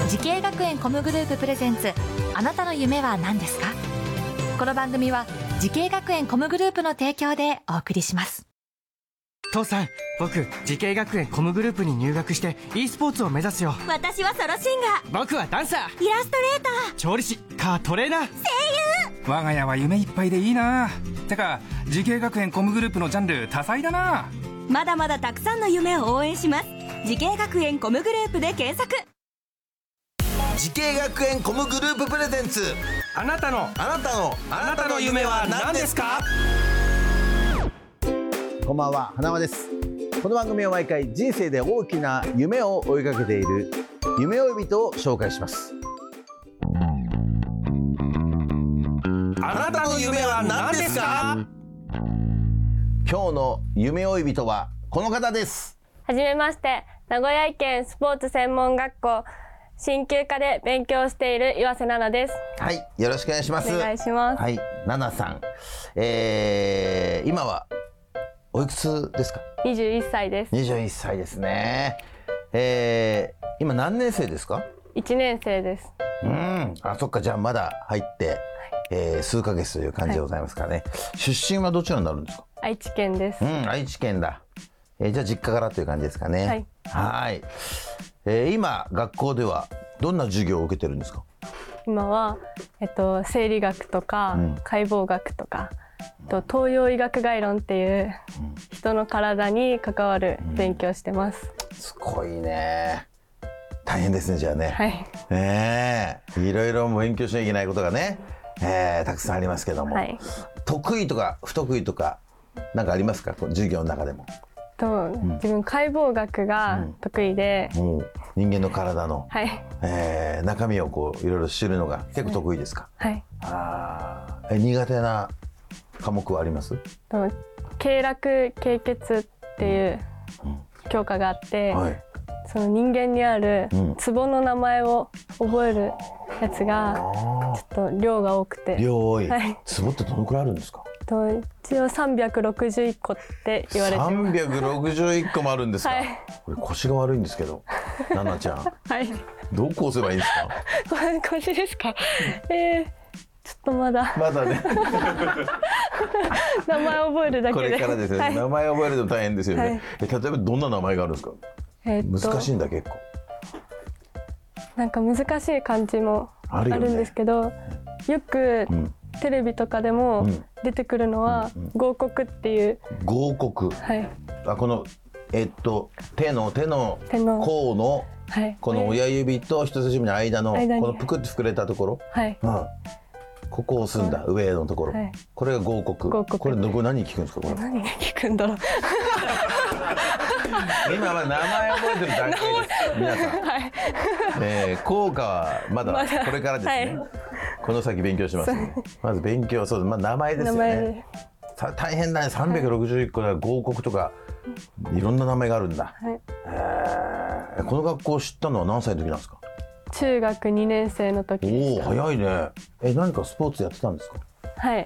時系学園コムグループプレゼンツ、あなたの夢は何ですか？この番組は時系学園コムグループの提供でお送りします。 父さん、僕時系学園コムグループに入学して e スポーツを目指すよ。 私はソロシンガー、 僕はダンサー、 イラストレーター、 調理師、カートレーナー、声優。我が家は夢いっぱいでいいな。てか時系学園コムグループのジャンル多彩だな。 まだまだたくさんの夢を応援します。時系学園コムグループで検索。 時系学園コムグループプレゼンツ、 あなたの夢は何ですか？ こんばんは、花輪です。この番組は毎回人生で大きな夢を追いかけている夢追い人を紹介します。 あなたの夢は何ですか？ 今日の夢追い人はこの方です。 はじめまして、名古屋県スポーツ専門学校鍼灸科で勉強している岩瀬奈々です。 はい、よろしくお願いします。 お願いします。 はい、奈々さん、今はおいくつですか ？21歳です。 21歳ですね。今何年生ですか ？1年生です。 あ、そっか、じゃあまだ入って、数ヶ月という感じでございますかね。出身はどちらになるんですか？ 愛知県です。 愛知県だ。じゃあ実家からという感じですかね。はい。今学校ではどんな授業を受けてるんですか？ 今は、生理学とか、解剖学とか、東洋医学概論っていう、人の体に関わる勉強してます。 すごいね。大変ですね、じゃあね。 はい。 いろいろ勉強しなきゃいけないことがね、たくさんありますけども、得意とか不得意とか何かありますか？この授業の中でも。 自分解剖学が得意で、 人間の体の、中身をこういろいろ知るのが結構得意ですか？はい。苦手な科目はあります？ 経絡経血っていう教科があって、その人間にあるツボの名前を覚えるやつがちょっと量が多くて。 量多い。ツボってどのくらいあるんですか？ 一応361個って言われてます。 361個もあるんですか？これ腰が悪いんですけど、奈々ちゃん。どこ押せばいいんですか？ 腰ですか？ちょっとまだね。 名前覚えるだけで。 これからですね。名前覚えるの大変ですよね。例えばどんな名前があるんですか？難しいんだ結構。 なんか難しい漢字もあるんですけど、よくテレビとかでも出てくるのは合谷っていう。 合谷。この手の甲のこの親指と人差し指の間のこのぷくって膨れたところ。ここを押すんだ、上のところ。これが合谷。これ何に効くんですか？これ何に効くんだろう。 今は名前覚えてる段階です皆さん。効果はまだこれからですね。この先勉強しますね。まず勉強はそうです。名前ですよね。大変だね。361個で合谷とかいろんな名前があるんだ。この学校を知ったのは何歳の時なんですか？ 中学2年生の時でした。 早いね。何かスポーツやってたんですか？ はい。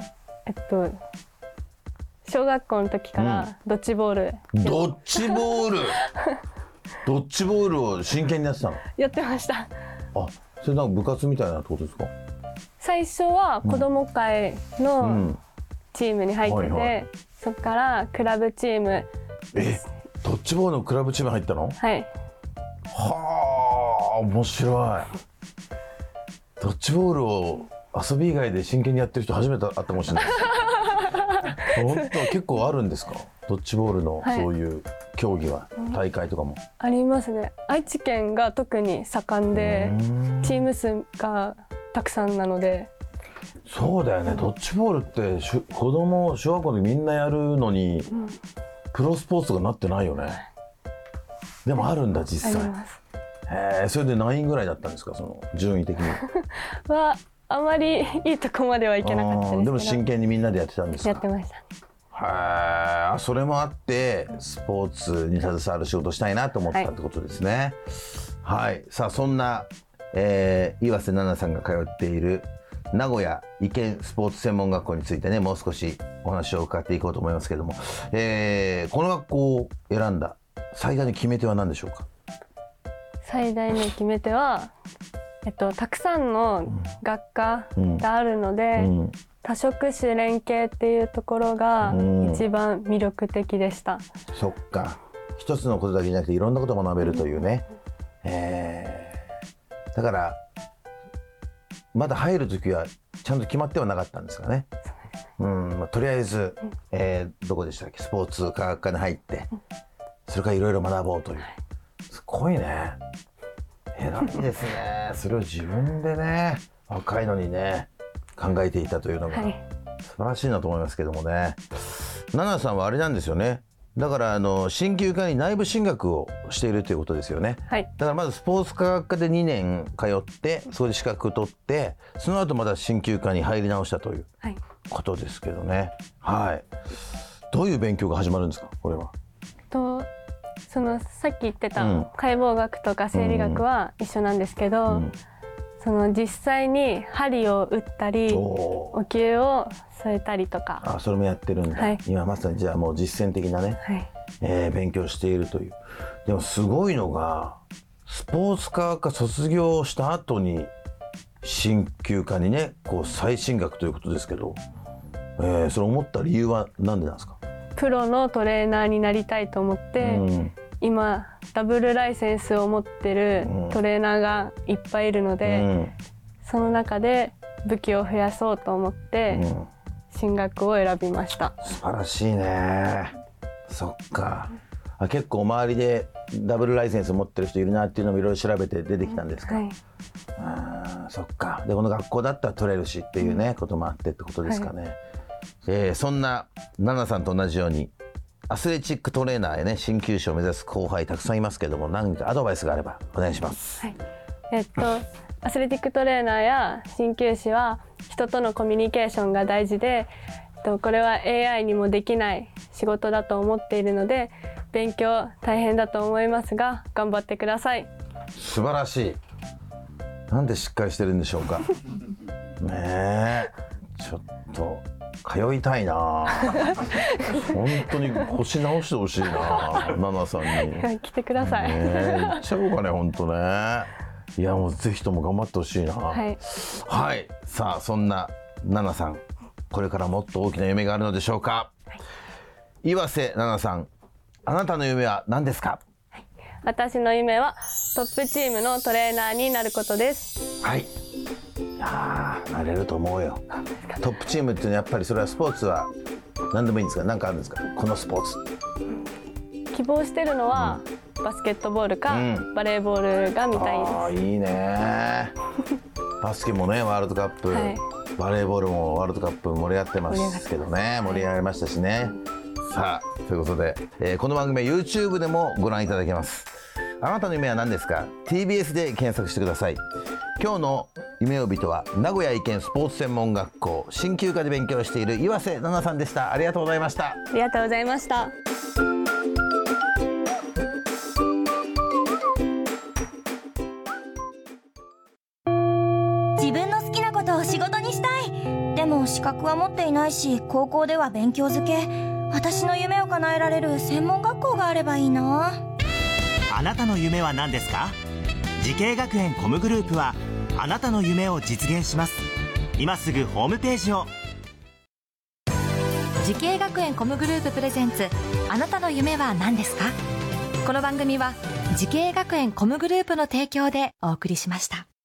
小学校の時からドッジボール。 ドッジボールドッジボールを真剣にやってたの？やってました。 それなんか部活みたいなってことですか？ 最初は子ども会のチームに入ってて、そこからクラブチーム。 ドッジボールのクラブチーム入ったの？ はい。 はあ、面白い。ドッジボールを遊び以外で真剣にやってる人初めて会ったかもしれないです。本当結構あるんですか？ドッジボールのそういう競技は、大会とかもありますね。愛知県が特に盛んで、チーム数がたくさんなので。 そうだよね。ドッジボールって子供小学校でみんなやるのに、プロスポーツとかなってないよね。でもあるんだ実際。それで何位ぐらいだったんですか？その順位的にはあまりいいとこまではいけなかったですけど。 でも真剣にみんなでやってたんですか？ やってました。 それもあってスポーツに携わる仕事したいなと思ったってことですね。さあそんな、岩瀬奈々さんが通っている名古屋医研スポーツ専門学校についてね、もう少しお話を伺っていこうと思いますけれども、この学校を選んだ最大の決め手は何でしょうか？ 最大の決め手は、たくさんの学科があるので、多職種連携っていうところが一番魅力的でした。 そっか、一つのことだけじゃなくていろんなことを学べるというね。だからまだ入る時はちゃんと決まってはなかったんですかね。とりあえず、どこでしたっけ、スポーツ科学科に入ってそれからいろいろ学ぼうという。すごいね、偉いですね。それを自分でね、若いのにね考えていたというのが素晴らしいなと思いますけどもね。奈々さんはあれなんですよね、だから鍼灸科に内部進学をしているということですよね。だからまずスポーツ科学科で2年通ってそこで資格を取って、その後また鍼灸科に入り直したということですけどね。どういう勉強が始まるんですか、これは。 そのさっき言ってた解剖学とか生理学は一緒なんですけど、その実際に針を打ったりお灸を添えたりとか。 それもやってるんだ。今まさにじゃあもう実践的なね、勉強しているという。でもすごいのがスポーツ科学科卒業した後に鍼灸科にねこう再進学ということですけど、それ思った理由は何でなんですか。 プロのトレーナーになりたいと思って、今ダブルライセンスを持ってるトレーナーがいっぱいいるので、その中で武器を増やそうと思って進学を選びました。 素晴らしいね。そっか、結構周りでダブルライセンス持ってる人いるなっていうのもいろいろ調べて出てきたんですか。そっか。でこの学校だったら取れるしっていうね、こともあってってことですかね。そんな奈々さんと同じようにアスレチックトレーナーへね鍼灸師を目指す後輩たくさんいますけども、何かアドバイスがあればお願いします。 アスレティックトレーナーや鍼灸師は人とのコミュニケーションが大事で、これは AI にもできない仕事だと思っているので、勉強大変だと思いますが頑張ってください。 素晴らしい。なんでしっかりしてるんでしょうか。ねえ、ちょっと通いたいな。本当に腰直してほしいな、奈々さんに。 来てください。 行っちゃおうかね、本当ね。いやもうぜひとも頑張ってほしいな。さあそんな奈々さん、これからもっと大きな夢があるのでしょうか。岩瀬奈々さん、あなたの夢は何ですか。 私の夢はトップチームのトレーナーになることです。 なれると思うよ。トップチームっていうのはやっぱりそれはスポーツは何でもいいんですか。何かあるんですか、このスポーツ。 希望してるのは、バスケットボールか、バレーボールが見たいです。 いいね。バスケもねワールドカップ、バレーボールもワールドカップ盛り上がってますけどね、盛り上がりましたしね。さあということで、この番組は YouTube でもご覧いただけます。あなたの夢は何ですか。 TBS で検索してください。今日の夢追い人は名古屋医研スポーツ専門学校鍼灸科で勉強している岩瀬奈々さんでした。ありがとうございました。 ありがとうございました。 自分の好きなことを仕事にしたい。でも資格は持っていないし、高校では勉強づけ。私の夢を叶えられる専門学校があればいいな。 あなたの夢は何ですか。慈恵学園コムグループはあなたの夢を実現します。今すぐホームページを。 慈恵学園コムグループプレゼンツ、あなたの夢は何ですか。この番組は慈恵学園コムグループの提供でお送りしました。